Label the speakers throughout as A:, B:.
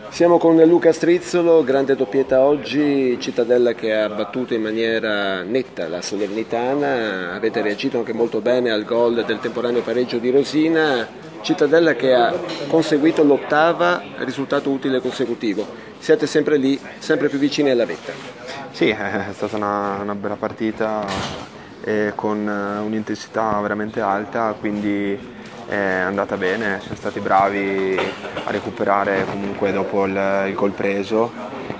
A: Siamo con Luca Strizzolo, grande doppietta oggi, Cittadella che ha battuto in maniera netta la Salernitana, avete reagito anche molto bene al gol del temporaneo pareggio di Rosina, Cittadella che ha conseguito l'8ª risultato utile consecutivo, siete sempre lì, sempre più vicini alla vetta.
B: Sì, è stata una bella partita con un'intensità veramente alta, quindi è andata bene, siamo stati bravi a recuperare comunque dopo il gol preso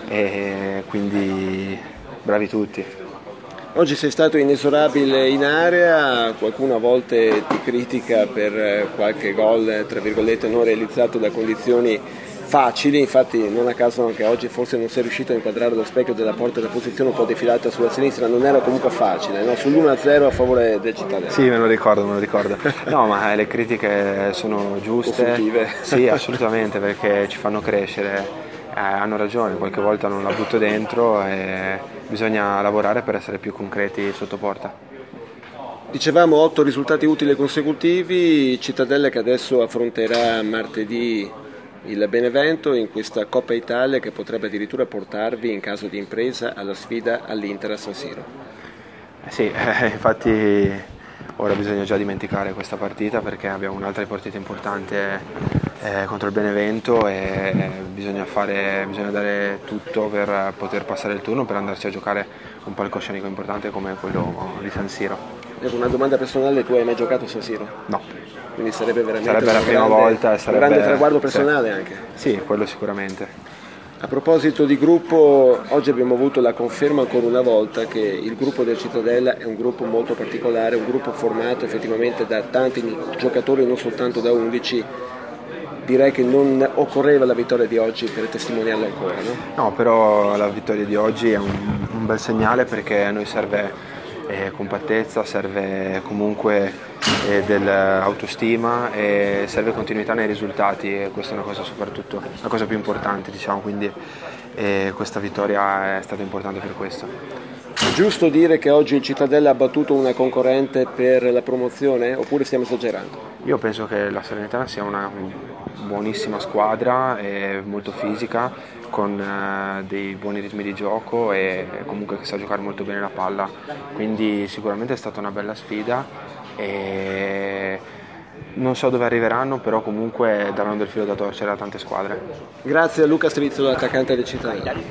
B: e quindi bravi tutti.
A: Oggi sei stato inesorabile in area, qualcuno a volte ti critica per qualche gol tra virgolette non realizzato da condizioni facili, infatti non a caso anche oggi forse non sei riuscito a inquadrare lo specchio della porta da posizione un po' defilata sulla sinistra, non era comunque facile, no? Sull'1-0 a favore del Cittadella.
B: Sì, me lo ricordo. No, ma le critiche sono giuste.
A: Costruttive.
B: Sì, assolutamente, perché ci fanno crescere. Hanno ragione, qualche volta non la butto dentro e bisogna lavorare per essere più concreti sotto porta.
A: Dicevamo 8 risultati utili consecutivi, Cittadella che adesso affronterà martedì il Benevento in questa Coppa Italia che potrebbe addirittura portarvi in caso di impresa alla sfida all'Inter a San Siro.
B: Sì, infatti ora bisogna già dimenticare questa partita perché abbiamo un'altra partita importante contro il Benevento e bisogna dare tutto per poter passare il turno, per andarci a giocare un palcoscenico importante come quello di San Siro.
A: Una domanda personale, tu hai mai giocato a San Siro?
B: No.
A: Quindi sarebbe veramente
B: la prima volta e sarebbe
A: un grande traguardo personale, sì. Anche.
B: Sì, quello sicuramente.
A: A proposito di gruppo, oggi abbiamo avuto la conferma ancora una volta che il gruppo del Cittadella è un gruppo molto particolare, un gruppo formato effettivamente da tanti giocatori, non soltanto da 11. Direi che non occorreva la vittoria di oggi per testimoniarla ancora, no?
B: No, però la vittoria di oggi è un bel segnale perché a noi serve compattezza, serve comunque dell'autostima e serve continuità nei risultati e questa è una cosa soprattutto, la cosa più importante, diciamo, quindi questa vittoria è stata importante per questo.
A: È giusto dire che oggi il Cittadella ha battuto una concorrente per la promozione oppure stiamo esagerando?
B: Io penso che la Salernitana sia una buonissima squadra, molto fisica, con dei buoni ritmi di gioco e comunque che sa giocare molto bene la palla, quindi sicuramente è stata una bella sfida e non so dove arriveranno, però comunque daranno del filo da torcere a tante squadre.
A: Grazie a Luca Strizzolo, attaccante del Cittadella.